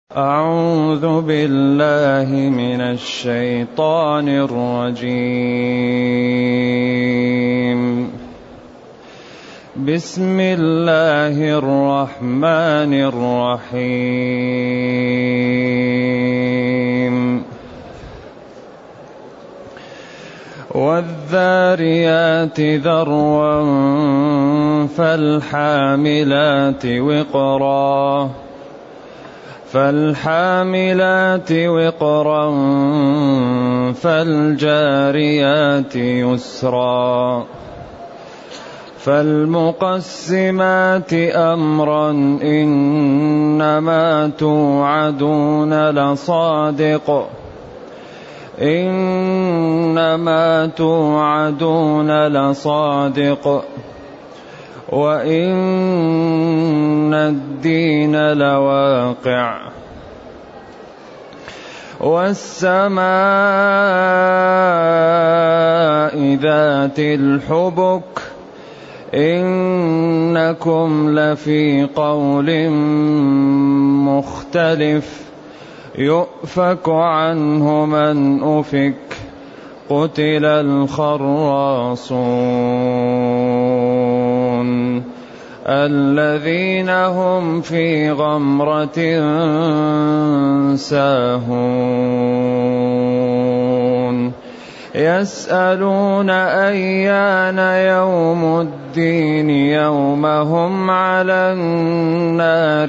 أعوذ بالله من الشيطان الرجيم. بسم الله الرحمن الرحيم. والذاريات ذروا فالحاملات وقرا فالجاريات يسرا فالمقسمات أمرا إنما توعدون لصادق وإن الدين لواقع. والسماء ذات الحبك إنكم لفي قول مختلف يؤفك عنه من أفك قتل الخراصون الذين هم في غمرة ساهون يسألون أيان يوم الدين يوم هم على النار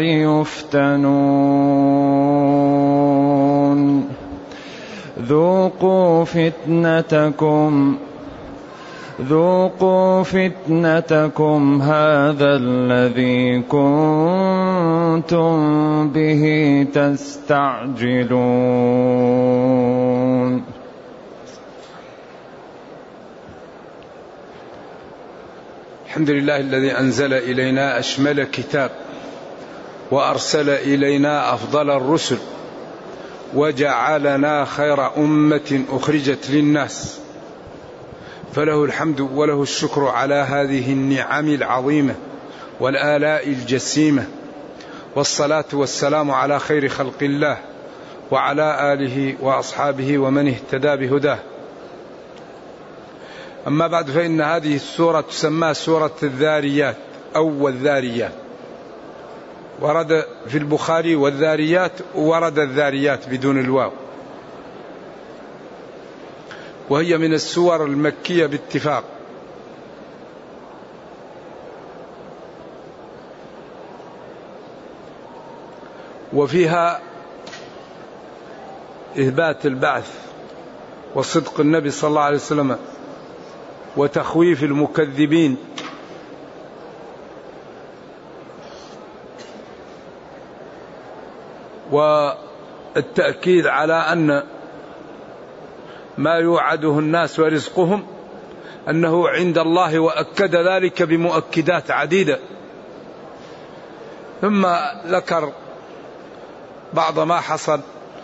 يفتنون ذوقوا فتنتكم هذا الذي كنتم به تستعجلون. الحمد لله الذي أنزل إلينا أشمل كتاب وأرسل إلينا أفضل الرسل وجعلنا خير أمة أخرجت للناس، فله الحمد وله الشكر على هذه النعم العظيمة والآلاء الجسيمة، والصلاة والسلام على خير خلق الله وعلى آله وأصحابه ومن اهتدى بهداه. أما بعد، فإن هذه السورة تسمى سورة الذاريات أو الذاريات، ورد في البخاري والذاريات، ورد الذاريات بدون الواو، وهي من السور المكية باتفاق. وفيها إثبات البعث وصدق النبي صلى الله عليه وسلم وتخويف المكذبين، والتأكيد على أن ما يوعده الناس ورزقهم أنه عند الله، وأكد ذلك بمؤكدات عديدة. ثم ذكر بعض ما حصل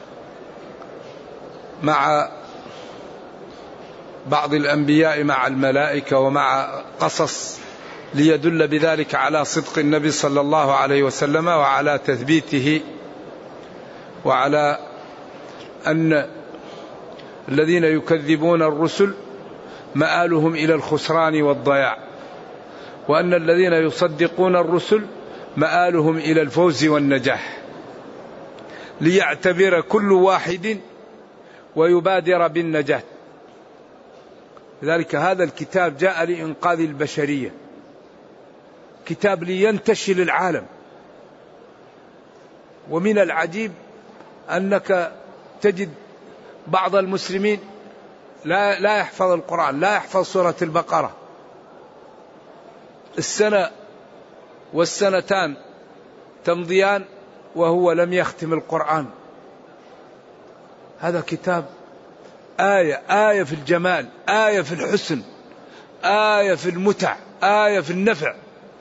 مع بعض الأنبياء مع الملائكة ومع قصص ليدل بذلك على صدق النبي صلى الله عليه وسلم وعلى تثبيته، وعلى أن الذين يكذبون الرسل مآلهم إلى الخسران والضياع، وأن الذين يصدقون الرسل مآلهم إلى الفوز والنجاح، ليعتبر كل واحد ويبادر بالنجاة. لذلك هذا الكتاب جاء لإنقاذ البشرية، كتاب لينتشل العالم. ومن العجيب أنك تجد بعض المسلمين لا يحفظ القرآن، لا يحفظ سورة البقرة، السنة والسنتان تمضيان وهو لم يختم القرآن. هذا كتاب آية في الجمال، آية في الحسن، آية في المتع، آية في النفع.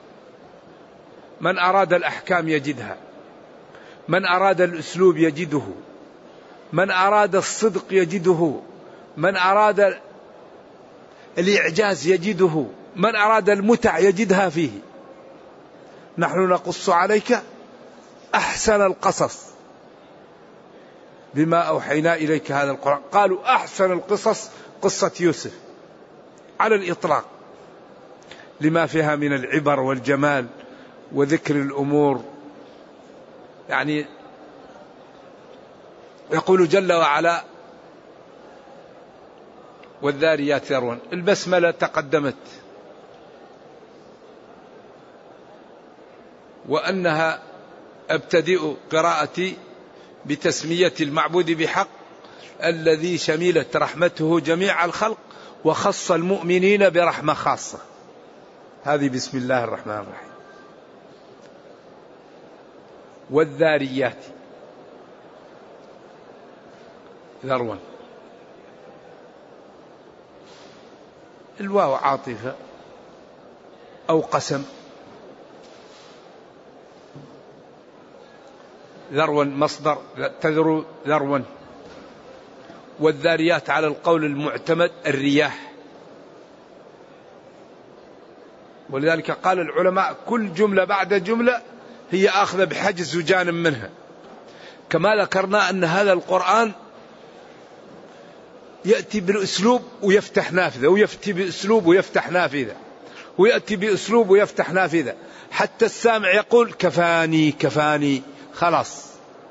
من أراد الأحكام يجدها، من أراد الأسلوب يجده، من أراد الصدق يجده، من أراد الإعجاز يجده، من أراد المتع يجدها فيه. نحن نقص عليك أحسن القصص بما أوحينا إليك هذا القرآن. قالوا أحسن القصص قصة يوسف على الإطلاق، لما فيها من العبر والجمال وذكر الأمور. يعني يقول جل وعلا والذاريات ذروا، البسملة تقدمت وأنها أبتدئ قراءتي بتسمية المعبود بحق الذي شملت رحمته جميع الخلق وخص المؤمنين برحمة خاصة. هذه بسم الله الرحمن الرحيم. والذاريات ذروا، الواو عاطفة أو قسم. ذروا مصدر تذرو ذروا. والذاريات على القول المعتمد الرياح، ولذلك قال العلماء كل جملة بعد جملة هي آخذة بحجز وجانب منها. كما ذكرنا أن هذا القرآن يأتي بالأسلوب ويفتح نافذة، ويأتي بأسلوب ويفتح نافذة، ويأتي بأسلوب ويفتح نافذة، حتى السامع يقول كفاني كفاني خلاص.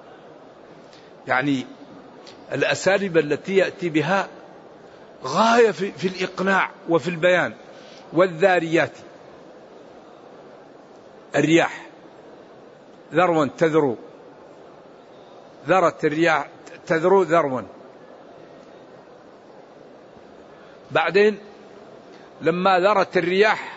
يعني الأساليب التي يأتي بها غاية في الإقناع وفي البيان. والذاريات الرياح ذروا تذرو، ذرت الرياح تذرو ذروا. بعدين لما ذرت الرياح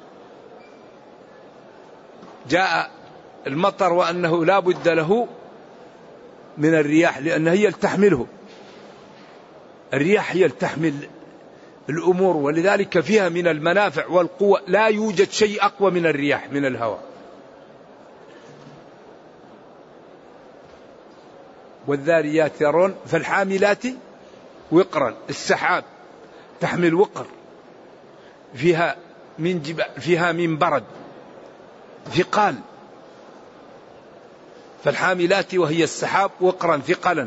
جاء المطر وأنه لا بد له من الرياح، لأنها هي تحمله. الرياح هي تحمل الأمور، ولذلك فيها من المنافع والقوة لا يوجد شيء أقوى من الرياح من الهواء. والذاريات ذرون فالحاملات وقرا، السحاب تحمل وقر، فيها من جبال، فيها من برد ثقال. فالحاملات وهي السحاب وقرا ثقلا.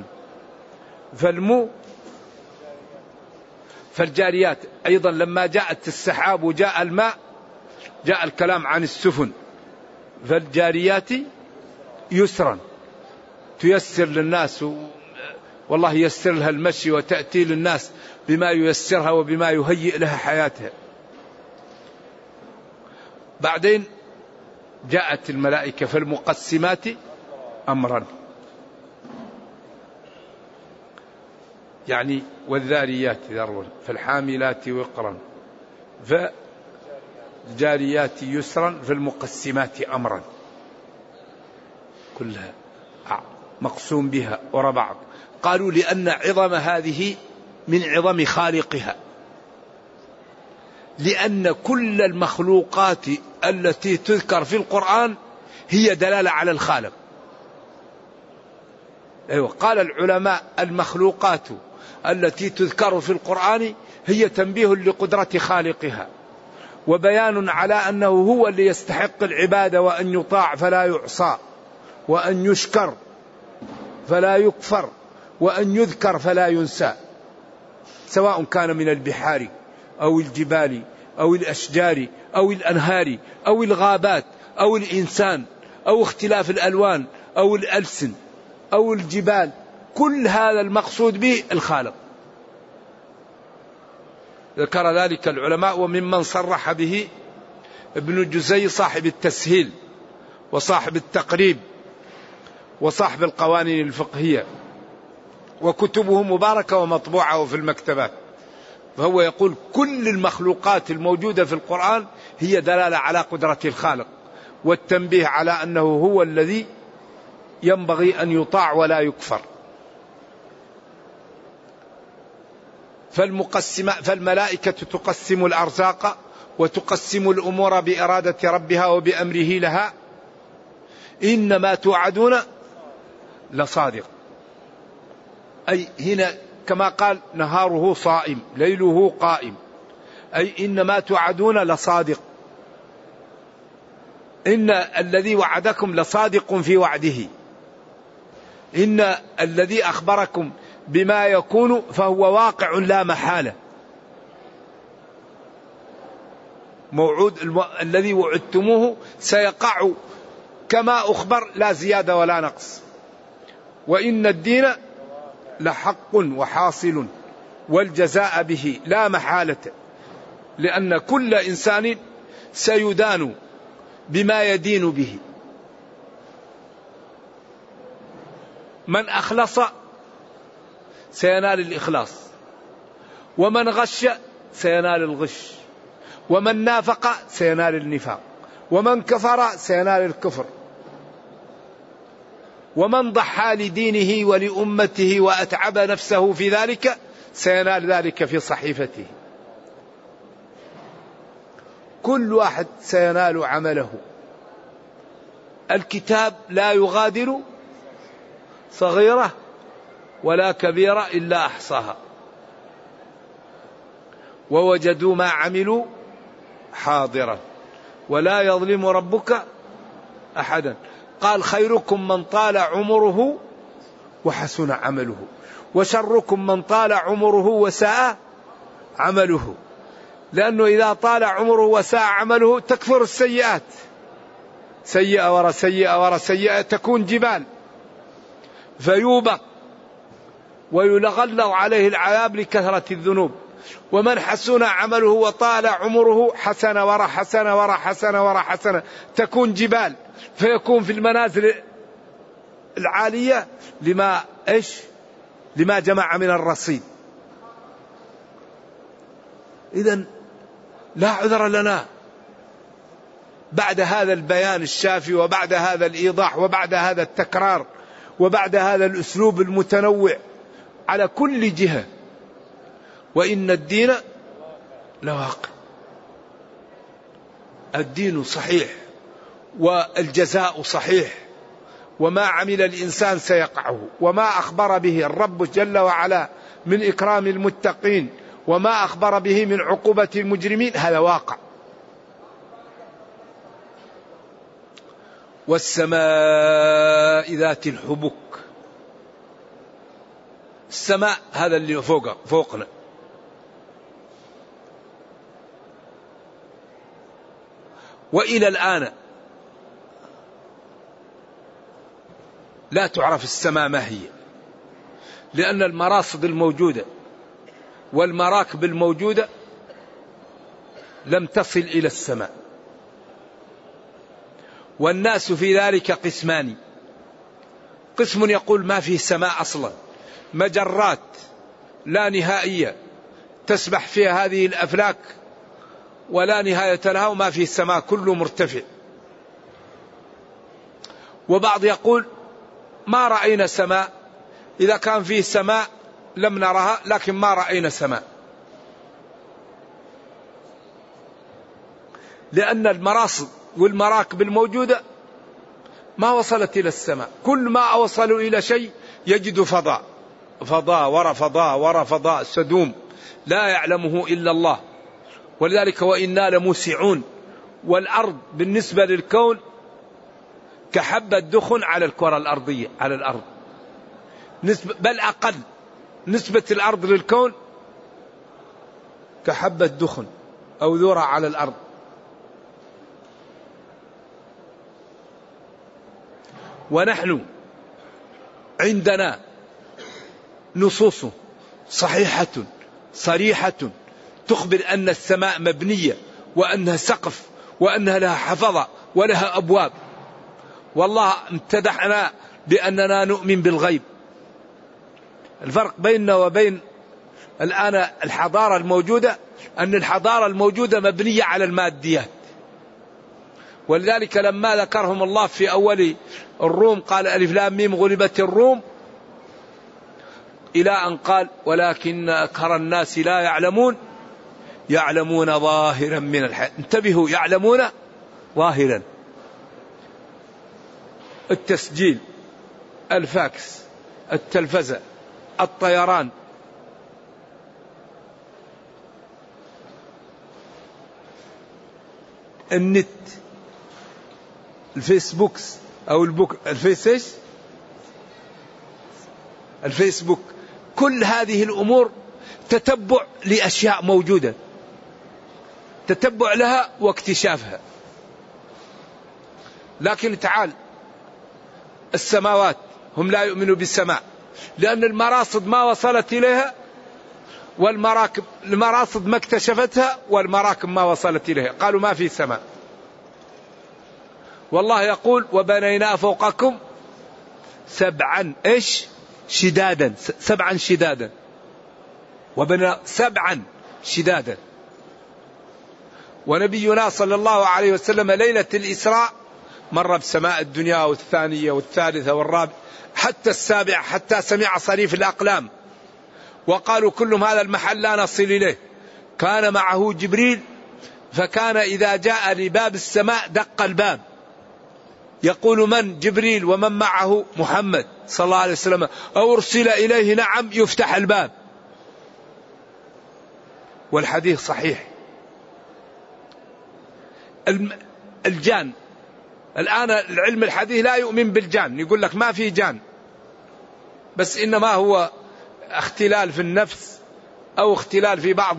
فالجاريات أيضا لما جاءت السحاب وجاء الماء جاء الكلام عن السفن. فالجاريات يسرا، تيسر للناس، والله ييسر لها المشي وتأتي للناس بما ييسرها وبما يهيئ لها حياتها. بعدين جاءت الملائكة فالمقسمات أمرا، يعني والذاريات ذروا فالحاملات وقرا فالجاريات يسرا فالمقسمات أمرا، كلها مقسوم بها وراء بعض. قالوا لأن عظم هذه من عظم خالقها، لأن كل المخلوقات التي تذكر في القرآن هي دلالة على الخالق. أيوة، قال العلماء المخلوقات التي تذكر في القرآن هي تنبيه لقدرة خالقها، وبيان على أنه هو اللي يستحق العبادة، وأن يطاع فلا يعصى، وأن يشكر فلا يكفر، وأن يذكر فلا ينسى، سواء كان من البحار أو الجبال أو الأشجار أو الأنهار أو الغابات أو الإنسان أو اختلاف الألوان أو الألسن أو الجبال، كل هذا المقصود به الخالق. ذكر ذلك العلماء، وممن صرح به ابن الجزي صاحب التسهيل وصاحب التقريب وصاحب القوانين الفقهية، وكتبه مباركة ومطبوعة في المكتبات. فهو يقول كل المخلوقات الموجودة في القرآن هي دلالة على قدرة الخالق، والتنبيه على أنه هو الذي ينبغي أن يطاع ولا يكفر. فالملائكة تقسم الأرزاق وتقسم الأمور بإرادة ربها وبأمره لها. إنما توعدون لصادق، أي هنا كما قال نهاره صائم ليله قائم، أي إنما توعدون لصادق، إن الذي وعدكم لصادق في وعده. إن الذي أخبركم بما يكون فهو واقع لا محالة. موعود الذي وعدتموه سيقع كما أخبر، لا زيادة ولا نقص. وإن الدين لحق وحاصل والجزاء به لا محالة، لأن كل إنسان سيدان بما يدين به. من أخلص سينال الإخلاص، ومن غش سينال الغش، ومن نافق سينال النفاق، ومن كفر سينال الكفر، ومن ضحى لدينه ولأمته وأتعب نفسه في ذلك سينال ذلك في صحيفته. كل واحد سينال عمله. الكتاب لا يغادر صغيرة ولا كبيرة إلا أحصاها ووجدوا ما عملوا حاضرا ولا يظلم ربك أحدا. قال خيركم من طال عمره وحسن عمله، وشركم من طال عمره وساء عمله. لأنه إذا طال عمره وساء عمله تكثر السيئات، سيئة ورا سيئة ورا سيئة، تكون جبال فيوبق ويلغلظ عليه العذاب لكثرة الذنوب. ومن حسن عمله وطال عمره حسن ورا حسن ورا حسن ورا حسن، تكون جبال فيكون في المنازل العالية لما جمع من الرصيد. إذن لا عذر لنا بعد هذا البيان الشافي وبعد هذا الإيضاح وبعد هذا التكرار وبعد هذا الأسلوب المتنوع على كل جهة. وإن الدين لواقع، الدين صحيح والجزاء صحيح، وما عمل الإنسان سيقعه، وما أخبر به الرب جل وعلا من إكرام المتقين وما أخبر به من عقوبة المجرمين هذا واقع. والسماء ذات الحبك، السماء هذا اللي فوقنا، وإلى الآن لا تعرف السماء ما هي، لأن المراصد الموجودة والمراكب الموجودة لم تصل إلى السماء. والناس في ذلك قسمان: قسم يقول ما فيه سماء أصلا، مجرات لا نهائية تسبح فيها هذه الأفلاك ولا نهاية لها وما فيه السماء كله مرتفع. وبعض يقول ما رأينا سماء، إذا كان فيه سماء لم نرها لكن ما رأينا سماء، لأن المراصد والمراكب الموجودة ما وصلت إلى السماء. كل ما وصلوا إلى شيء يجد فضاء، فضاء ورا فضاء ورا فضاء سدوم لا يعلمه إلا الله. ولذلك وإنا لموسعون. والأرض بالنسبة للكون كحبة دخن على الكرة الأرضية، على الأرض بل أقل. نسبة الأرض للكون كحبة دخن أو ذرة على الأرض. ونحن عندنا نصوص صحيحة صريحة تخبر أن السماء مبنية وأنها سقف وأنها لها حفظة ولها أبواب. والله امتدحنا بأننا نؤمن بالغيب. الفرق بيننا وبين الآن الحضارة الموجودة أن الحضارة الموجودة مبنية على الماديات. ولذلك لما ذكرهم الله في أول الروم قال ألف لام ميم غلبت الروم، إلى أن قال ولكن أكثر الناس لا يعلمون، يعلمون ظاهرا من الحياة. انتبهوا، يعلمون ظاهرا. التسجيل، الفاكس، التلفزة، الطيران، النت، الفيسبوك أو الفيسيش الفيسبوك، كل هذه الأمور تتبع لأشياء موجودة، تتبع لها واكتشافها. لكن تعال السماوات، هم لا يؤمنوا بالسماء لأن المراصد ما وصلت إليها، المراصد ما اكتشفتها، والمراكب ما وصلت إليها. قالوا ما في سماء. والله يقول وبنينا فوقكم سبعا شدادا، سبعا شدادا، وبنى سبعا شدادا. ونبينا صلى الله عليه وسلم ليلة الإسراء مر بسماء الدنيا والثانية والثالثة والرابعة حتى السابعة، حتى سمع صريف الأقلام، وقالوا كلهم هذا المحل لا نصل إليه. كان معه جبريل، فكان إذا جاء لباب السماء دق الباب، يقول من؟ جبريل. ومن معه؟ محمد صلى الله عليه وسلم. أو أرسل إليه؟ نعم. يفتح الباب. والحديث صحيح. الجان الآن العلم الحديث لا يؤمن بالجان، يقول لك ما في جان، بس إنما هو اختلال في النفس أو اختلال في بعض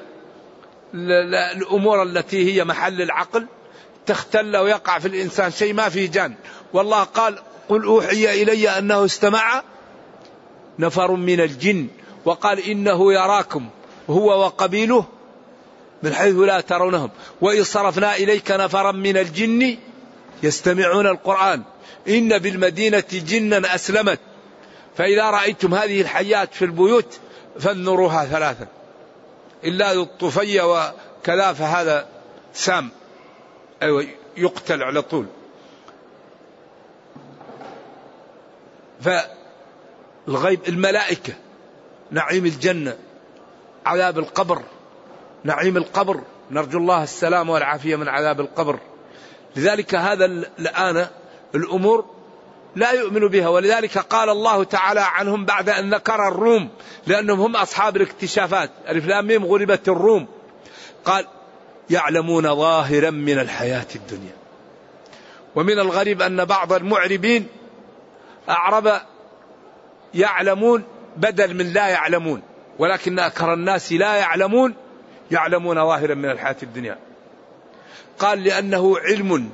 الأمور التي هي محل العقل تختل ويقع في الإنسان شيء. ما في جان. والله قال قل أوحي إلي أنه استمع نفر من الجن، وقال إنه يراكم هو وقبيله من حيث لا ترونهم، وإذ صرفنا إليك نفرا من الجن يستمعون القرآن إن بالمدينة جنا أسلمت فإذا رأيتم هذه الحيات في البيوت فانظروها ثلاثا إلا ذو الطفية وكذا فهذا سام، أيوة يقتل على طول. فالغيب الملائكة، نعيم الجنة، عذاب القبر، نعيم القبر، نرجو الله السلام والعافية من عذاب القبر. لذلك هذا الآن الأمور لا يؤمن بها. ولذلك قال الله تعالى عنهم بعد أن ذكر الروم لأنهم هم أصحاب الاكتشافات، ألف لام ميم غلبت الروم، قال يعلمون ظاهرا من الحياة الدنيا. ومن الغريب أن بعض المعربين أعرب يعلمون بدل من لا يعلمون، ولكن أكثر الناس لا يعلمون، يعلمون ظاهرا من الحياة الدنيا. قال لأنه علم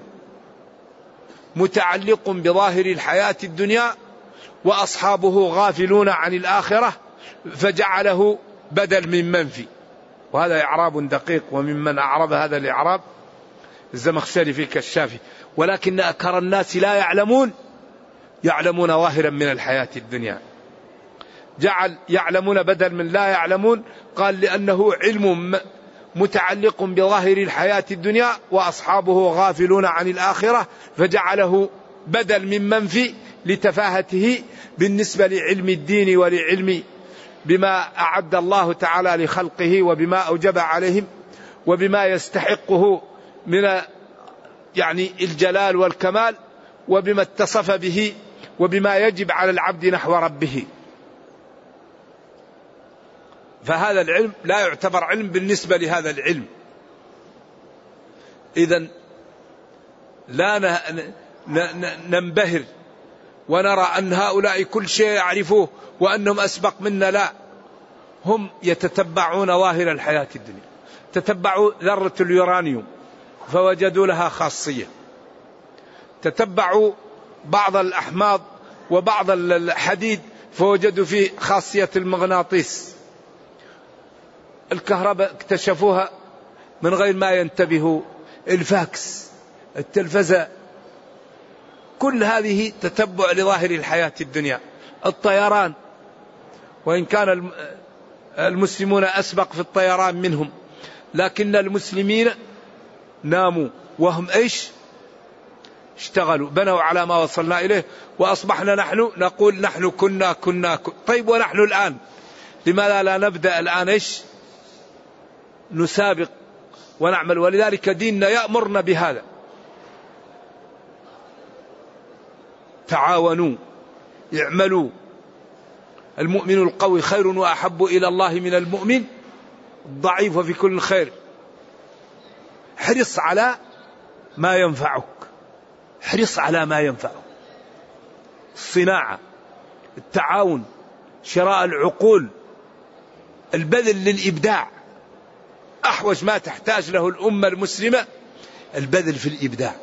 متعلق بظاهر الحياة الدنيا وأصحابه غافلون عن الآخرة فجعله بدل من منفي. وهذا إعراب دقيق، وممن أعرب هذا الإعراب الزمخشري في كشافي. ولكن أكثر الناس لا يعلمون، يعلمون ظاهرا من الحياة الدنيا. جعل يعلمون بدل من لا يعلمون، قال لأنه علم متعلق بظاهر الحياة الدنيا وأصحابه غافلون عن الآخرة فجعله بدل من منفي لتفاهته بالنسبة لعلم الدين ولعلم بما أعد الله تعالى لخلقه وبما أوجب عليهم وبما يستحقه من يعني الجلال والكمال وبما اتصف به وبما يجب على العبد نحو ربه. فهذا العلم لا يعتبر علم بالنسبة لهذا العلم. إذن لا ننبهر ونرى أن هؤلاء كل شيء يعرفوه وأنهم أسبق منا، لا، هم يتتبعون ظاهر الحياة الدنيا. تتبعوا ذرة اليورانيوم فوجدوا لها خاصية، تتبعوا بعض الأحماض وبعض الحديد فوجدوا فيه خاصية المغناطيس. الكهرباء اكتشفوها من غير ما ينتبهوا، الفاكس، التلفزة، كل هذه تتبع لظاهر الحياة الدنيا. الطيران، وإن كان المسلمون أسبق في الطيران منهم، لكن المسلمين ناموا وهم اشتغلوا، بنوا على ما وصلنا إليه، وأصبحنا نحن نقول نحن كنا. طيب ونحن الآن لماذا لا نبدأ الآن نسابق ونعمل؟ ولذلك ديننا يأمرنا بهذا. تعاونوا، اعملوا، المؤمن القوي خير وأحب إلى الله من المؤمن الضعيف وفي كل خير. حرص على ما ينفعك، حرص على ما ينفعك. الصناعة، التعاون، شراء العقول، البذل للإبداع. أحوج ما تحتاج له الأمة المسلمة البذل في الإبداع.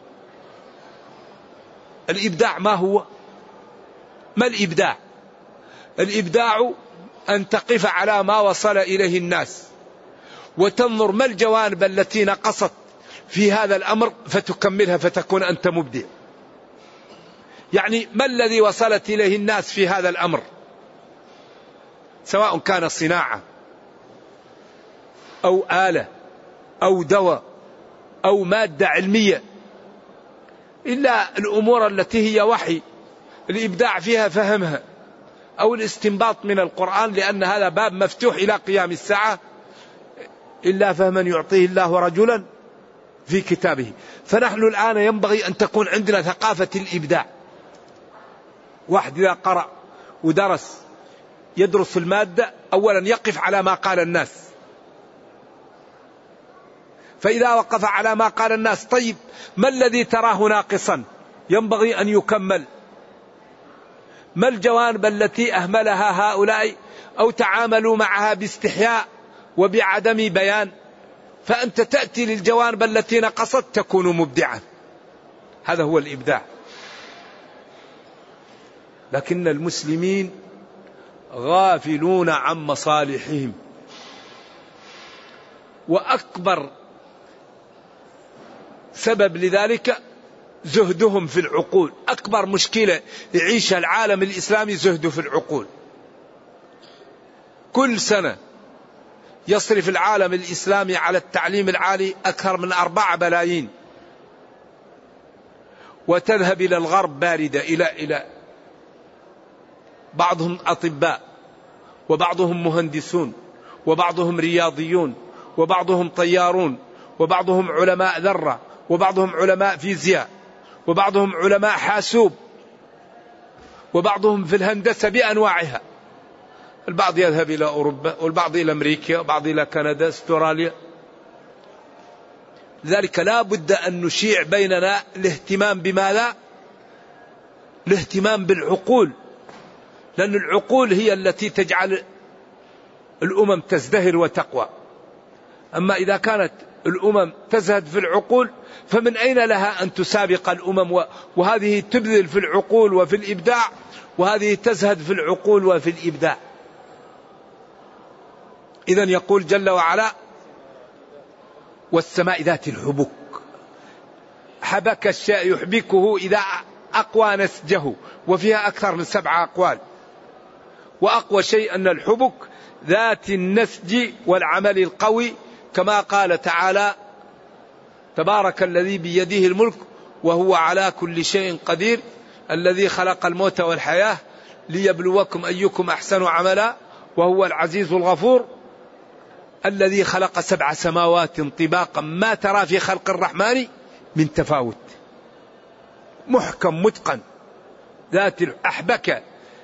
الإبداع ما هو؟ ما الإبداع؟ الإبداع أن تقف على ما وصل إليه الناس وتنظر ما الجوانب التي نقصت في هذا الأمر فتكملها فتكون أنت مبدع. يعني ما الذي وصلت إليه الناس في هذا الأمر، سواء كان صناعة أو آلة أو دواء أو مادة علمية، إلا الأمور التي هي وحي الإبداع فيها فهمها، أو الاستنباط من القرآن، لأن هذا باب مفتوح إلى قيام الساعة، إلا فهما يعطيه الله رجلا في كتابه. فنحن الآن ينبغي أن تكون عندنا ثقافة الإبداع. واحد إذا قرأ ودرس يدرس المادة أولا يقف على ما قال الناس، فإذا وقف على ما قال الناس طيب ما الذي تراه ناقصا ينبغي أن يكمل؟ ما الجوانب التي أهملها هؤلاء أو تعاملوا معها باستحياء وبعدم بيان؟ فأنت تأتي للجوانب التي نقصت تكون مبدعا. هذا هو الإبداع. لكن المسلمين غافلون عن مصالحهم، وأكبر سبب لذلك زهدهم في العقول. أكبر مشكلة يعيشها العالم الإسلامي زهده في العقول. كل سنة يصرف العالم الإسلامي على التعليم العالي أكثر من 4 بلايين، وتذهب إلى الغرب باردة إلى بعضهم أطباء، وبعضهم مهندسون، وبعضهم رياضيون، وبعضهم طيارون، وبعضهم علماء ذرة، وبعضهم علماء فيزياء، وبعضهم علماء حاسوب، وبعضهم في الهندسة بأنواعها. البعض يذهب إلى أوروبا، والبعض إلى أمريكا، والبعض إلى كندا، استراليا. لذلك لا بد أن نشيع بيننا الاهتمام بماذا؟ الاهتمام بالعقول، لأن العقول هي التي تجعل الأمم تزدهر وتقوى. أما إذا كانت الأمم تزهد في العقول فمن أين لها أن تسابق الأمم؟ وهذه تبذل في العقول وفي الإبداع، وهذه تزهد في العقول وفي الإبداع. إذن يقول جل وعلا: والسماء ذات الحبك. حبك الشيء يحبكه إذا أقوى نسجه، وفيها أكثر من 7 أقوال. وأقوى شيء أن الحبك ذات النسج والعمل القوي، كما قال تعالى: تبارك الذي بيده الملك وهو على كل شيء قدير، الذي خلق الموت والحياة ليبلوكم أيكم أحسن عملا وهو العزيز الغفور، الذي خلق 7 سماوات طباقا ما ترى في خلق الرحمن من تفاوت. محكم متقن. ذات أحبك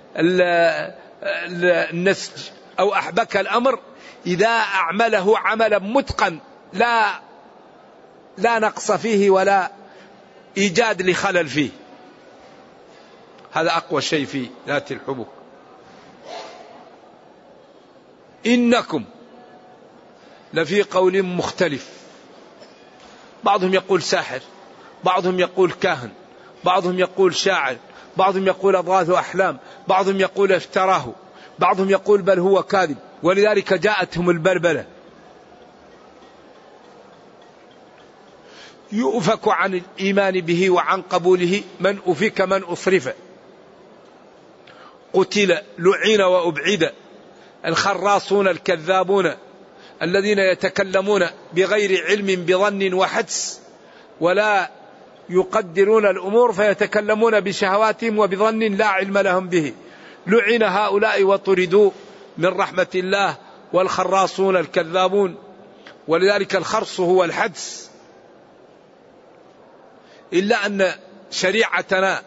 النسج أو أحبك الأمر إذا أعمله عملا متقن لا نقص فيه ولا إيجاد لخلل فيه. هذا أقوى شيء في ذات الحبك. إنكم لفي قول مختلف. بعضهم يقول ساحر، بعضهم يقول كاهن، بعضهم يقول شاعر، بعضهم يقول أضغاث أحلام، بعضهم يقول افتراه، بعضهم يقول بل هو كاذب. ولذلك جاءتهم البلبلة. يؤفك عن الإيمان به وعن قبوله من أفك من أصرف. قتل لعين وأبعد الخراصون الكذابون الذين يتكلمون بغير علم بظن وحدس ولا يقدرون الأمور فيتكلمون بشهواتهم وبظن لا علم لهم به. لعن هؤلاء وطردوا من رحمة الله والخراصون الكذابون. ولذلك الخرص هو الحدس. إلا أن شريعتنا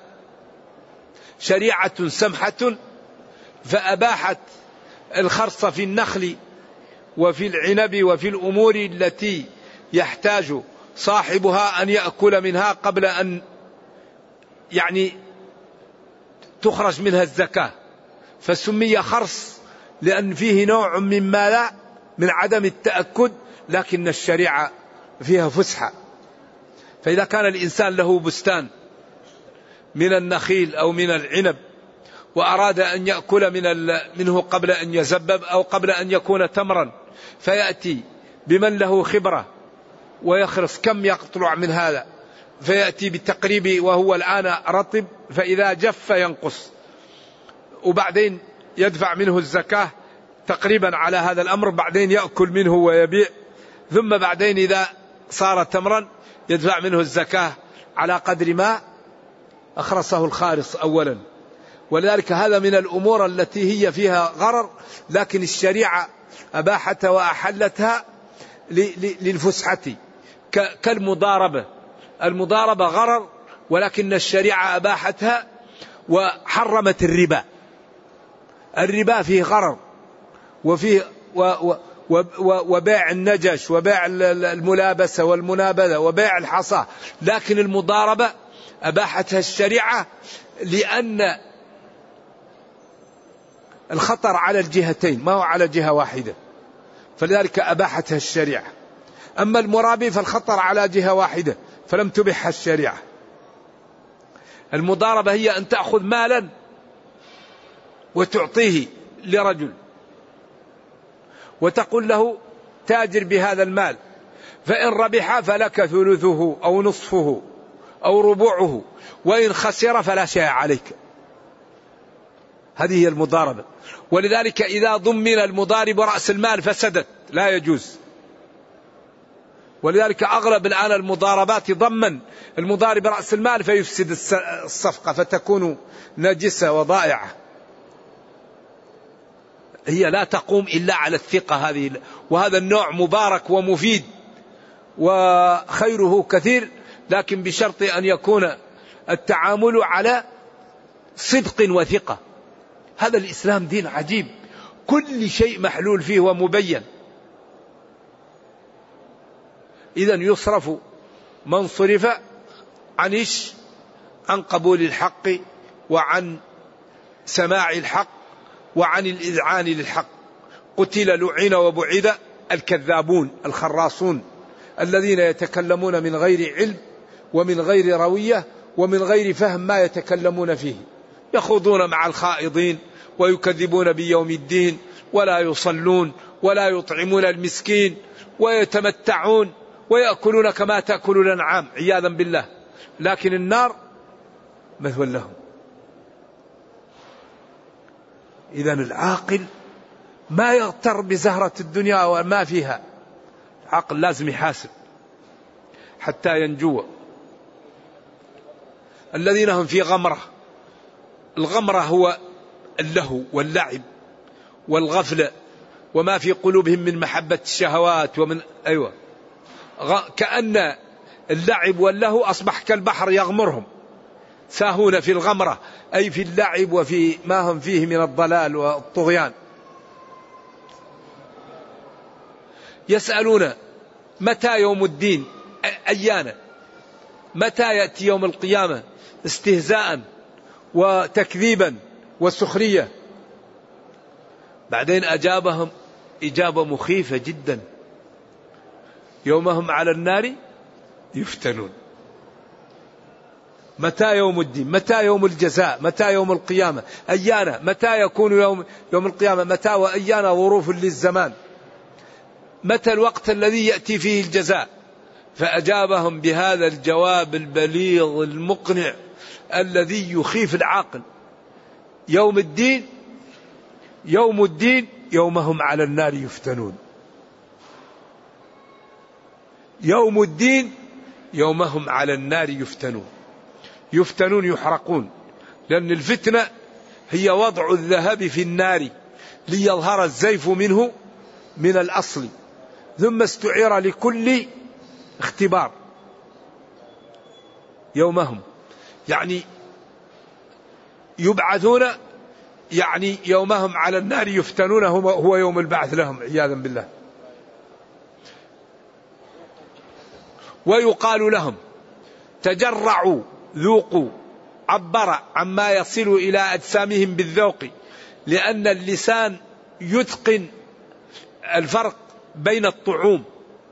شريعة سمحة فأباحت الخرص في النخل وفي العنب وفي الأمور التي يحتاج صاحبها أن يأكل منها قبل أن تخرج منها الزكاة. فسمي خرص لأن فيه نوع من ماذا؟ من عدم التأكد، لكن الشريعة فيها فسحة. فإذا كان الإنسان له بستان من النخيل أو من العنب وأراد أن يأكل منه قبل أن يزبب أو قبل أن يكون تمرا، فيأتي بمن له خبرة ويخرص كم يقطع من هذا، فيأتي بالتقريب وهو الآن رطب، فإذا جف ينقص، وبعدين يدفع منه الزكاة تقريبا على هذا الأمر، بعدين يأكل منه ويبيع، ثم بعدين إذا صار تمرا يدفع منه الزكاة على قدر ما أخرصه الخارص أولا. ولذلك هذا من الأمور التي هي فيها غرر، لكن الشريعة أباحتها وأحلتها للفسحة، كالمضاربة. المضاربة غرر، ولكن الشريعة أباحتها وحرمت الربا. الربا فيه غرر، وفيه وبيع النجش وبيع الملابسة والمنابذة وبيع الحصى، لكن المضاربة أباحتها الشريعة لأن الخطر على الجهتين، ما هو على جهة واحدة، فلذلك أباحتها الشريعة. أما المرابي فالخطر على جهة واحدة فلم تبحها الشريعة. المضاربة هي أن تأخذ مالا وتعطيه لرجل وتقول له تاجر بهذا المال، فإن ربح فلك ثلثه أو نصفه أو ربعه، وإن خسر فلا شيء عليك. هذه هي المضاربة. ولذلك إذا ضمن المضارب رأس المال فسدت، لا يجوز. ولذلك أغلب الآن المضاربات ضمن المضارب رأس المال فيفسد الصفقة فتكون نجسة وضائعة. هي لا تقوم إلا على الثقة هذه، وهذا النوع مبارك ومفيد وخيره كثير، لكن بشرط أن يكون التعامل على صدق وثقة. هذا الإسلام دين عجيب، كل شيء محلول فيه ومبين. إذن يصرف من صرف عن قبول الحق وعن سماع الحق وعن الإذعان للحق. قتل لعن وبعد الكذابون الخراصون الذين يتكلمون من غير علم ومن غير روية ومن غير فهم ما يتكلمون فيه، يخوضون مع الخائضين ويكذبون بيوم الدين، ولا يصلون ولا يطعمون المسكين ويتمتعون ويأكلون كما تأكل الأنعام عياذا بالله، لكن النار مثوى لهم. إذن العاقل ما يغتر بزهرة الدنيا وما فيها، العاقل لازم يحاسب حتى ينجو. الذين هم في غمرة، الغمرة هو اللهو واللعب والغفلة وما في قلوبهم من محبة الشهوات ومن كأن اللعب واللهو أصبح كالبحر يغمرهم، ساهون في الغمرة أي في اللعب وفي ما هم فيه من الضلال والطغيان. يسألون متى يوم الدين، أيانا، متى يأتي يوم القيامة، استهزاء وتكذيبا وسخرية. بعدين أجابهم إجابة مخيفة جدا، يوم هم على النار يفتنون. متى يوم الدين، متى يوم الجزاء، متى يوم القيامة، أيانا، متى يكون يوم القيامة، متى وأيانا ظروف للزمان، متى الوقت الذي يأتي فيه الجزاء. فأجابهم بهذا الجواب البليغ المقنع الذي يخيف العاقل. يوم الدين، يوم الدين يوم هم على النار يفتنون. يوم الدين يوم هم على النار يفتنون. يفتنون يحرقون، لأن الفتنة هي وضع الذهب في النار ليظهر الزيف منه من الأصل، ثم استعير لكل اختبار. يومهم يعني يبعثون، يعني يومهم على النار يفتنون هو يوم البعث لهم عياذا بالله. ويقال لهم تجرعوا ذوقوا، عبر عما يصل إلى أجسامهم بالذوق، لأن اللسان يتقن الفرق بين الطعوم،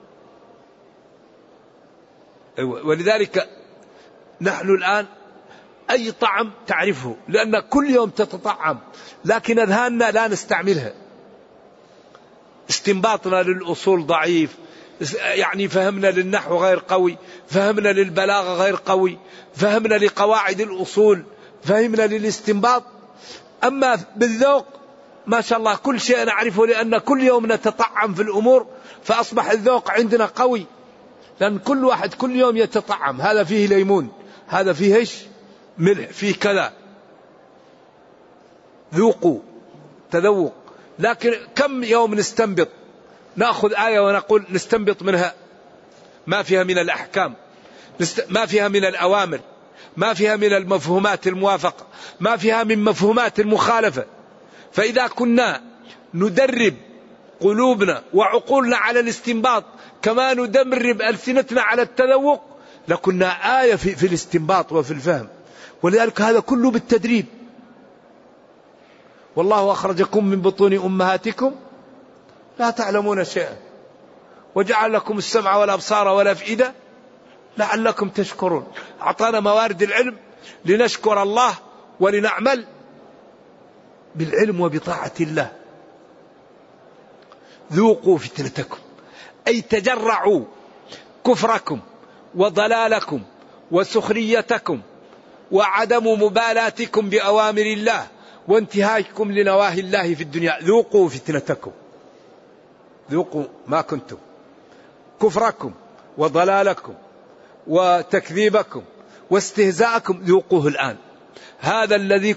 ولذلك نحن الآن أي طعم تعرفه لأن كل يوم تتطعم، لكن أذهاننا لا نستعملها. استنباطنا للأصول ضعيف، يعني فهمنا للنحو غير قوي، فهمنا للبلاغة غير قوي، فهمنا لقواعد الأصول، فهمنا للاستنباط. أما بالذوق ما شاء الله كل شيء نعرفه، لأن كل يوم نتطعم في الأمور، فأصبح الذوق عندنا قوي، لأن كل واحد كل يوم يتطعم، هذا فيه ليمون، هذا فيه إيش ملح، فيه كذا، ذوقوا تذوق. لكن كم يوم نستنبط، نأخذ آية ونقول نستنبط منها ما فيها من الأحكام، ما فيها من الأوامر، ما فيها من المفهومات الموافقة، ما فيها من مفهومات المخالفة. فإذا كنا ندرب قلوبنا وعقولنا على الاستنباط كما ندرب ألسنتنا على التذوق، لكنا آية في الاستنباط وفي الفهم. ولذلك هذا كله بالتدريب. والله أخرجكم من بطون أمهاتكم لا تعلمون شيئا وجعل لكم السمع والأبصار والأفئدة لعلكم تشكرون. أعطانا موارد العلم لنشكر الله ولنعمل بالعلم وبطاعة الله. ذوقوا فتنتكم، أي تجرعوا كفركم وضلالكم وسخريتكم وعدم مبالاتكم بأوامر الله وانتهاككم لنواهي الله في الدنيا. ذوقوا فتنتكم، ذوقوا ما كنتم، كفركم وضلالكم وتكذيبكم واستهزاءكم ذوقوه الآن. هذا الذي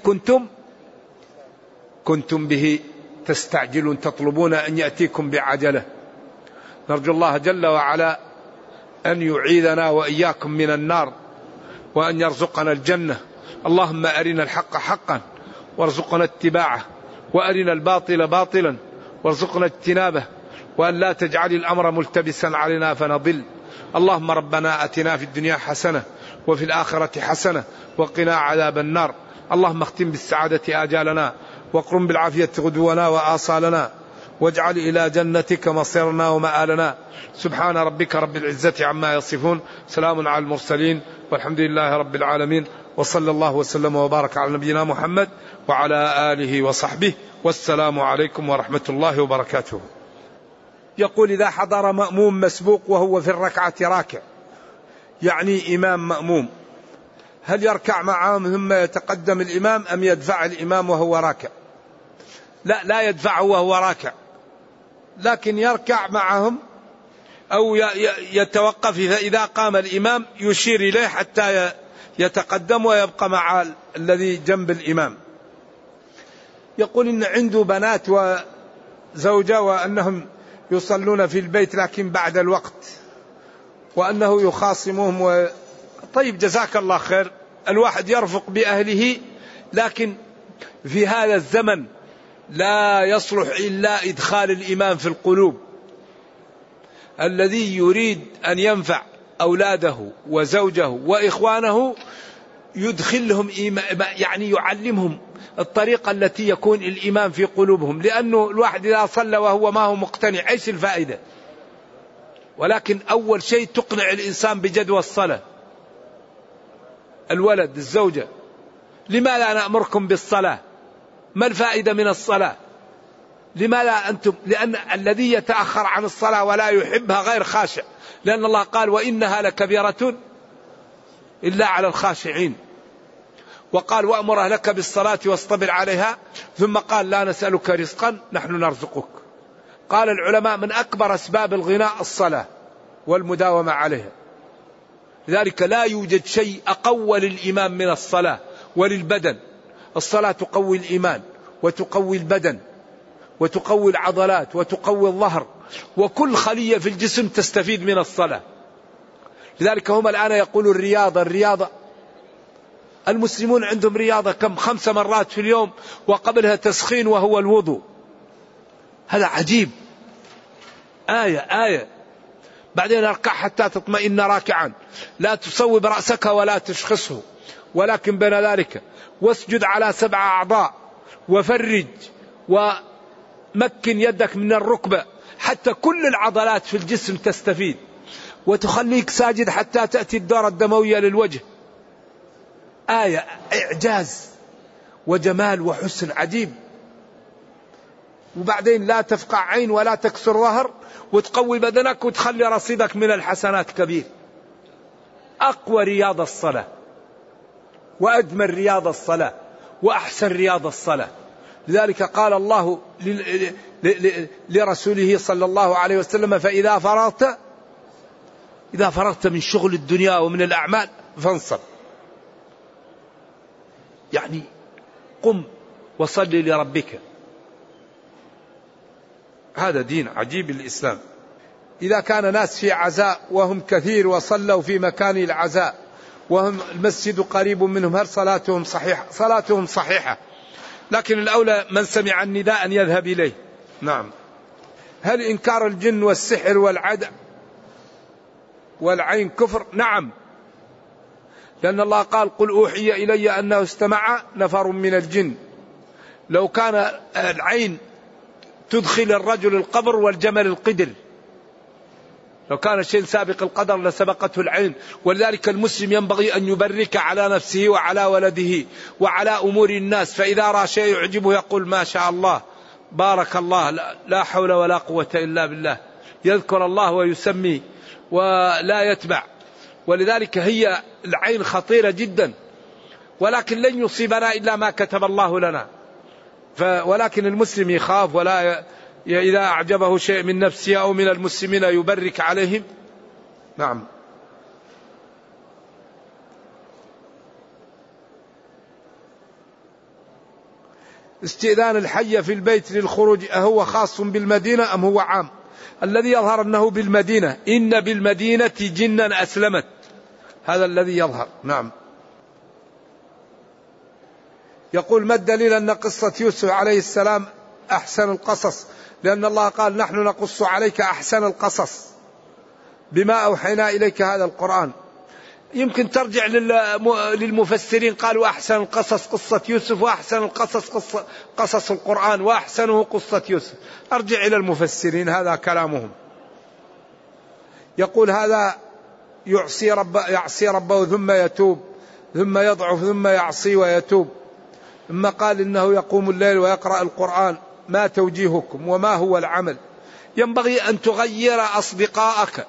كنتم به تستعجلون، تطلبون أن يأتيكم بعجلة. نرجو الله جل وعلا أن يعيذنا وإياكم من النار وأن يرزقنا الجنة. اللهم أرنا الحق حقا وارزقنا اتباعه، وأرنا الباطل باطلا وارزقنا اجتنابه، وأن لا تجعل الأمر ملتبسا علينا فنضل. اللهم ربنا أتنا في الدنيا حسنة وفي الآخرة حسنة وقنا عذاب النار. اللهم اختم بالسعادة آجالنا واقرم بالعافية غدونا وآصالنا، واجعل إلى جنتك مصيرنا ومآلنا. سبحان ربك رب العزة عما يصفون، سلام على المرسلين والحمد لله رب العالمين، وصلى الله وسلم وبارك على نبينا محمد وعلى آله وصحبه، والسلام عليكم ورحمة الله وبركاته. يقول إذا حضر مأموم مسبوق وهو في الركعة راكع، يعني إمام مأموم، هل يركع معهم ثم يتقدم الإمام أم يدفع الإمام وهو راكع؟ لا يدفعه وهو راكع، لكن يركع معهم أو يتوقف إذا قام الإمام يشير إليه حتى يتقدم ويبقى مع الذي جنب الإمام. يقول إن عنده بنات وزوجة وأنهم يصلون في البيت لكن بعد الوقت، وأنه يخاصمهم طيب جزاك الله خير، الواحد يرفق بأهله، لكن في هذا الزمن لا يصلح إلا إدخال الإيمان في القلوب. الذي يريد أن ينفع أولاده وزوجه وإخوانه يدخلهم يعني يعلمهم الطريقة التي يكون الإيمان في قلوبهم، لأنه الواحد إذا صلى وهو ما هو مقتنع إيش الفائدة؟ ولكن أول شيء تقنع الإنسان بجدوى الصلاة. الولد الزوجة، لما لا نأمركم بالصلاة؟ ما الفائدة من الصلاة؟ لما لا أنتم؟ لأن الذي يتأخر عن الصلاة ولا يحبها غير خاشع، لأن الله قال وإنها لكبيرة إلا على الخاشعين، وقال وأمر أهلك بالصلاة واصطبر عليها، ثم قال لا نسألك رزقا نحن نرزقك. قال العلماء من أكبر أسباب الغناء الصلاة والمداومة عليها، لذلك لا يوجد شيء أقوى للإيمان من الصلاة وللبدن. الصلاة تقوي الإيمان وتقوي البدن وتقوي العضلات وتقوي الظهر، وكل خلية في الجسم تستفيد من الصلاة. لذلك هم الآن يقولوا الرياضة. المسلمون عندهم رياضة كم؟ 5 مرات في اليوم، وقبلها تسخين وهو الوضوء. هذا عجيب، آية. بعدين اركع حتى تطمئن راكعا، لا تصوب رأسك ولا تشخصه، ولكن بين ذلك واسجد على 7 أعضاء وفرج ومكن يدك من الركبة حتى كل العضلات في الجسم تستفيد، وتخليك ساجد حتى تأتي الدورة الدموية للوجه. آية إعجاز وجمال وحسن عجيب. وبعدين لا تفقع عين ولا تكسر ظهر، وتقوي بدنك وتخلي رصيدك من الحسنات كبير. أقوى رياضة الصلاة، وأجمل رياضة الصلاة، وأحسن رياضة الصلاة. لذلك قال الله لرسوله صلى الله عليه وسلم: فإذا فرغت من شغل الدنيا ومن الأعمال فانصب. يعني قم وصلي لربك. هذا دين عجيب الإسلام. إذا كان ناس في عزاء وهم كثير وصلوا في مكان العزاء وهم المسجد قريب منهم، هل صلاتهم صحيحة؟ صلاتهم صحيحة، لكن الأولى من سمع النداء أن يذهب إليه. نعم. هل إنكار الجن والسحر والعدع والعين كفر؟ نعم، لأن الله قال: قل أوحي إلي أنه استمع نفر من الجن. لو كان العين تدخل الرجل القبر والجمل القدر، لو كان شيء سابق القدر لسبقته العين. ولذلك المسلم ينبغي أن يبرك على نفسه وعلى ولده وعلى أمور الناس، فإذا رأى شيء يعجبه يقول: ما شاء الله، بارك الله، لا حول ولا قوة إلا بالله. يذكر الله ويسمي ولا يتبع. ولذلك هي العين خطيرة جدا، ولكن لن يصيبنا إلا ما كتب الله لنا. ولكن المسلم يخاف، ولا إذا أعجبه شيء من نفسه أو من المسلمين يبرك عليهم. نعم. استئذان الحي في البيت للخروج أهو خاص بالمدينة أم هو عام؟ الذي يظهر أنه بالمدينة. إن بالمدينة جنا أسلمت، هذا الذي يظهر. نعم. يقول: ما الدليل أن قصة يوسف عليه السلام أحسن القصص؟ لأن الله قال: نحن نقص عليك أحسن القصص بما أوحينا إليك هذا القرآن. يمكن ترجع للمفسرين، قالوا أحسن القصص قصة يوسف، وأحسن القصص قصص القرآن، وأحسنه قصة يوسف. أرجع إلى المفسرين، هذا كلامهم. يقول: هذا يعصي ربه ثم يتوب، ثم يضعف، ثم يعصي ويتوب. ثم قال إنه يقوم الليل ويقرأ القرآن. ما توجيهكم وما هو العمل؟ ينبغي أن تغير أصدقائك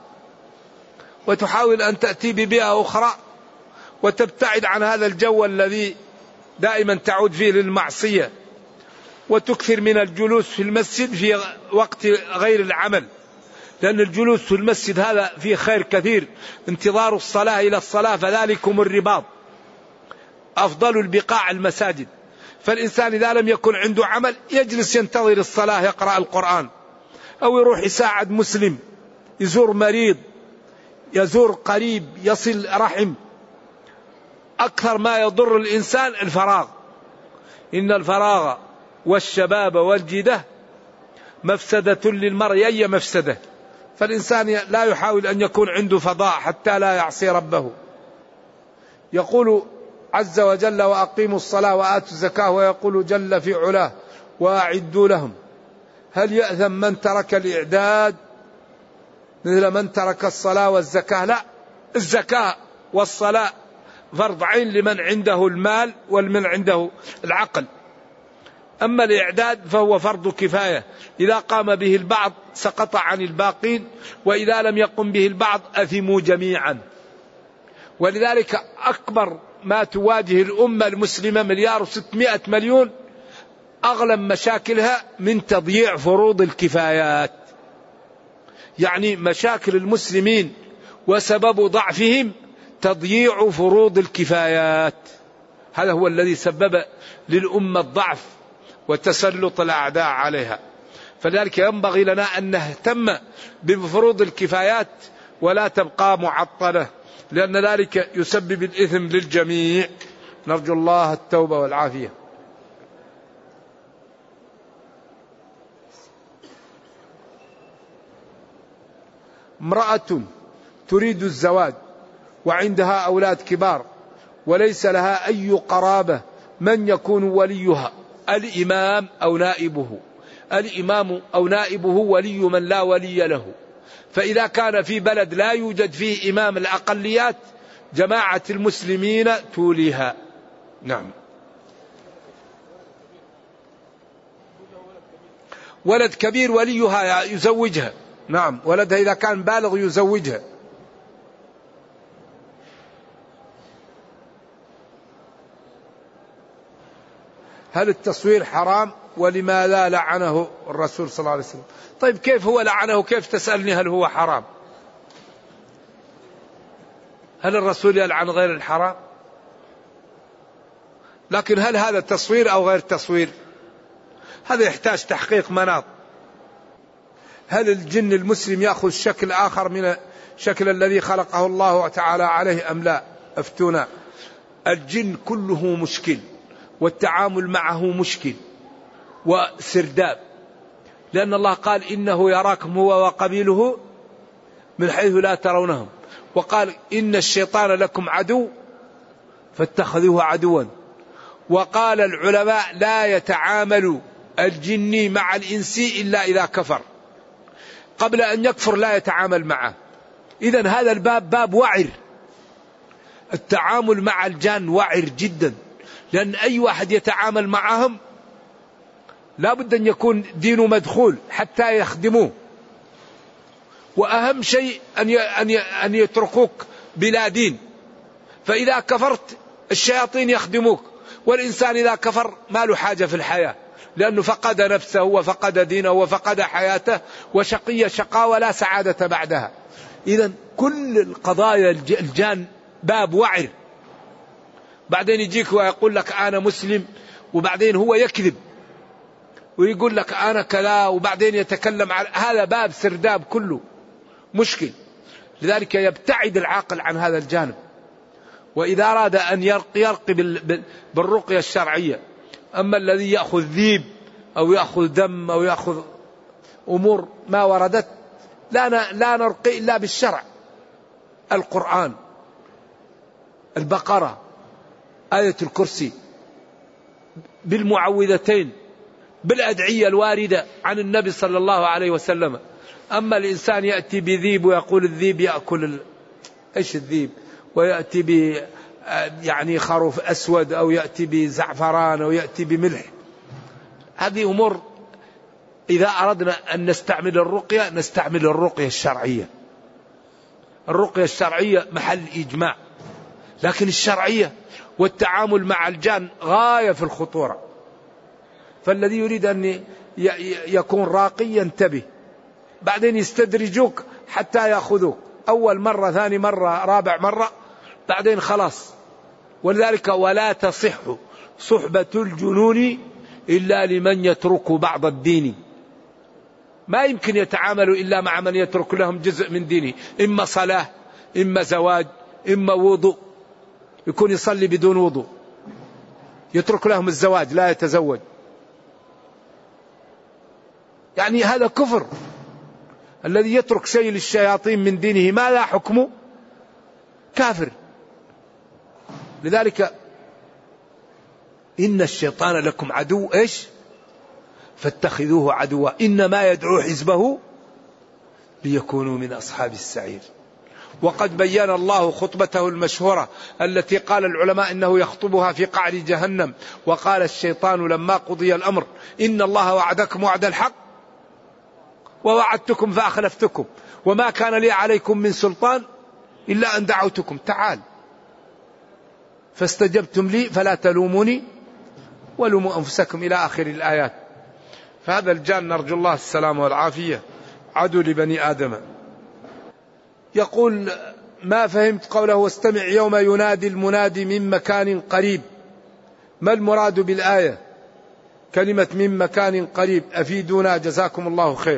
وتحاول أن تأتي ببيئة أخرى، وتبتعد عن هذا الجو الذي دائما تعود فيه للمعصية، وتكثر من الجلوس في المسجد في وقت غير العمل، لأن الجلوس في المسجد هذا فيه خير كثير. انتظار الصلاة إلى الصلاة فذلكم الرباط، أفضل البقاع المساجد. فالإنسان إذا لم يكن عنده عمل يجلس ينتظر الصلاة، يقرأ القرآن، أو يروح يساعد مسلم، يزور مريض، يزور قريب، يصل رحم. أكثر ما يضر الإنسان الفراغ. إن الفراغ والشباب والجدة مفسدة للمرء، أي مفسدة. فالإنسان لا يحاول أن يكون عنده فضاء حتى لا يعصي ربه. يقول عز وجل: وأقيموا الصلاة وآتوا الزكاة، ويقول جل في علاه: وأعدوا لهم. هل يأثم من ترك الإعداد مثل من ترك الصلاة والزكاة؟ لا، الزكاة والصلاة فرض عين لمن عنده المال ولمن عنده العقل. أما الإعداد فهو فرض كفاية، إذا قام به البعض سقط عن الباقين، وإذا لم يقم به البعض أثموا جميعا. ولذلك أكبر ما تواجه الأمة المسلمة 1,600,000,000، أغلب مشاكلها من تضييع فروض الكفايات. يعني مشاكل المسلمين وسبب ضعفهم تضييع فروض الكفايات، هذا هو الذي سبب للأمة الضعف وتسلط الأعداء عليها. فلذلك ينبغي لنا أن نهتم بفروض الكفايات ولا تبقى معطلة، لأن ذلك يسبب الإثم للجميع. نرجو الله التوبة والعافية. امرأة تريد الزواج وعندها أولاد كبار وليس لها أي قرابة، من يكون وليها؟ الإمام أو نائبه. الإمام أو نائبه ولي من لا ولي له. فإذا كان في بلد لا يوجد فيه إمام الأقليات جماعة المسلمين توليها. نعم. ولد كبير وليها يزوجها. نعم، ولدها إذا كان بالغ يزوجها. هل التصوير حرام؟ ولماذا لعنه الرسول صلى الله عليه وسلم؟ طيب كيف هو لعنه؟ كيف تسألني هل هو حرام؟ هل الرسول يلعن غير الحرام؟ لكن هل هذا تصوير أو غير تصوير؟ هذا يحتاج تحقيق مناط. هل الجن المسلم يأخذ شكل آخر من الشكل الذي خلقه الله تعالى عليه أم لا؟ أفتونا. الجن كله مشكل، والتعامل معه مشكل وسرداب، لأن الله قال إنه يراكم هو وقبيله من حيث لا ترونهم، وقال إن الشيطان لكم عدو فاتخذوه عدوا. وقال العلماء لا يتعامل الجن مع الإنس إلا إذا كفر، قبل أن يكفر لا يتعامل معه. إذن هذا الباب باب وعر. التعامل مع الجان وعر جدا، لأن أي واحد يتعامل معهم لا بد أن يكون دينه مدخول حتى يخدموه. وأهم شيء أن يتركوك بلا دين، فإذا كفرت الشياطين يخدموك، والإنسان إذا كفر ما له حاجة في الحياة، لأنه فقد نفسه وفقد دينه وفقد حياته، وشقي شقاوة لا سعادة بعدها. إذن كل القضايا الجان باب وعر. بعدين يجيك ويقول لك أنا مسلم، وبعدين هو يكذب ويقول لك أنا كذا، وبعدين يتكلم على هذا باب سرداب كله مشكل. لذلك يبتعد العاقل عن هذا الجانب. وإذا أراد أن يرقي بالرقية الشرعية. أما الذي يأخذ ذيب أو يأخذ دم أو يأخذ أمور ما وردت، لا نرقي إلا بالشرع. القرآن، البقرة، آية الكرسي، بالمعوذتين، بالأدعية الواردة عن النبي صلى الله عليه وسلم. أما الإنسان يأتي بذيب ويقول الذيب يأكل إيش الذيب، ويأتي يعني خروف أسود، أو يأتي بزعفران، أو يأتي بملح، هذه أمور. إذا أردنا أن نستعمل الرقية نستعمل الرقية الشرعية. الرقية الشرعية محل إجماع، لكن الشرعية والتعامل مع الجان غاية في الخطورة. فالذي يريد أن يكون راقي ينتبه، بعدين يستدرجوك حتى يأخذوك، أول مرة، ثاني مرة، رابع مرة، بعدين خلاص. ولذلك ولا تصح صحبة الجنون إلا لمن يترك بعض الدين. ما يمكن يتعاملوا إلا مع من يترك لهم جزء من دينه، إما صلاة، إما زواج، إما وضوء، يكون يصلي بدون وضوء، يترك لهم الزواج لا يتزوج، يعني هذا كفر. الذي يترك شيء للشياطين من دينه ما لا حكمه كافر. لذلك إن الشيطان لكم عدو إيش فاتخذوه عدوا إنما يدعو حزبه ليكونوا من أصحاب السعير. وقد بين الله خطبته المشهورة التي قال العلماء إنه يخطبها في قعر جهنم. وقال الشيطان لما قضي الأمر إن الله وعدكم وعد الحق ووعدتكم فأخلفتكم وما كان لي عليكم من سلطان إلا أن دعوتكم تعال فاستجبتم لي فلا تلوموني ولوموا أنفسكم إلى آخر الآيات. فهذا الجان نرجو الله السلامة والعافية عدو لبني آدم. يقول ما فهمت قوله واستمع يوم ينادي المنادي من مكان قريب، ما المراد بالآية كلمة من مكان قريب؟ أفيدونا جزاكم الله خير.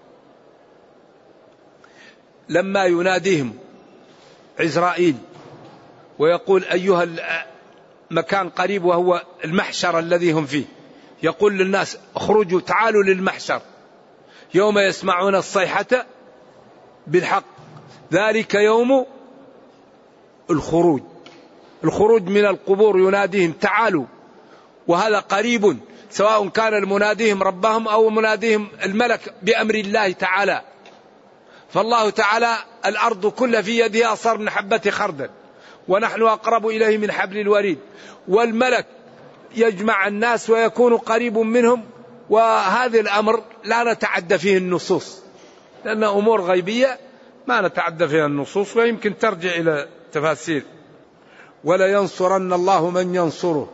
لما يناديهم عزرائيل ويقول أيها المكان قريب وهو المحشر الذي هم فيه، يقول للناس اخرجوا تعالوا للمحشر يوم يسمعون الصيحة بالحق ذلك يوم الخروج. الخروج من القبور يناديهم تعالوا، وهذا قريب سواء كان المناديهم ربهم أو مناديهم الملك بأمر الله تعالى. فالله تعالى الأرض كلها في يده أصغر من حبة خردل ونحن أقرب إليه من حبل الوريد. والملك يجمع الناس ويكون قريب منهم، وهذا الأمر لا نتعدى فيه النصوص، لأن أمور غيبية ما نتعدى فيها النصوص، ويمكن ترجع إلى تفاسير. ولا ينصرن الله من ينصره.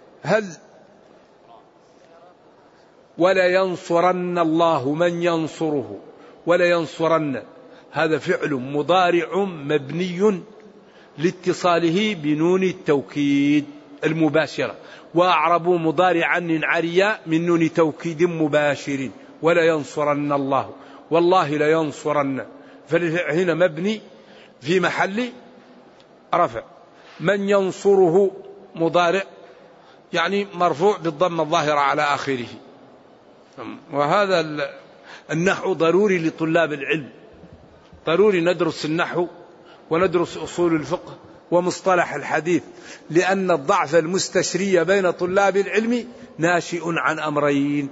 ولا ينصرن الله من ينصره. ولا ينصرن هذا فعل مضارع مبني لاتصاله بنون التوكيد المباشرة، وأعربوا مضارعا عريا من نون توكيد مباشر. ولا ينصرن الله، والله لا ينصرن، فهنا مبني في محل رفع. من ينصره مضارع يعني مرفوع بالضمة الظاهرة على آخره. وهذا النحو ضروري لطلاب العلم، ضروري ندرس النحو وندرس أصول الفقه ومصطلح الحديث، لأن الضعف المستشري بين طلاب العلم ناشئ عن أمرين: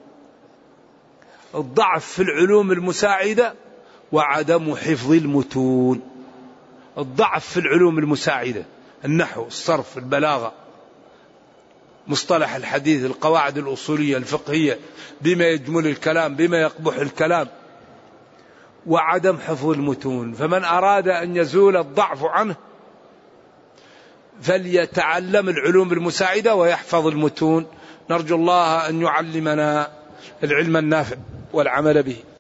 الضعف في العلوم المساعدة وعدم حفظ المتون. الضعف في العلوم المساعدة: النحو، الصرف، البلاغة، مصطلح الحديث، القواعد الأصولية الفقهية بما يجمل الكلام بما يقبح الكلام، وعدم حفظ المتون. فمن أراد أن يزول الضعف عنه فليتعلم العلوم المساعدة ويحفظ المتون. نرجو الله أن يعلمنا العلم النافع والعمل به.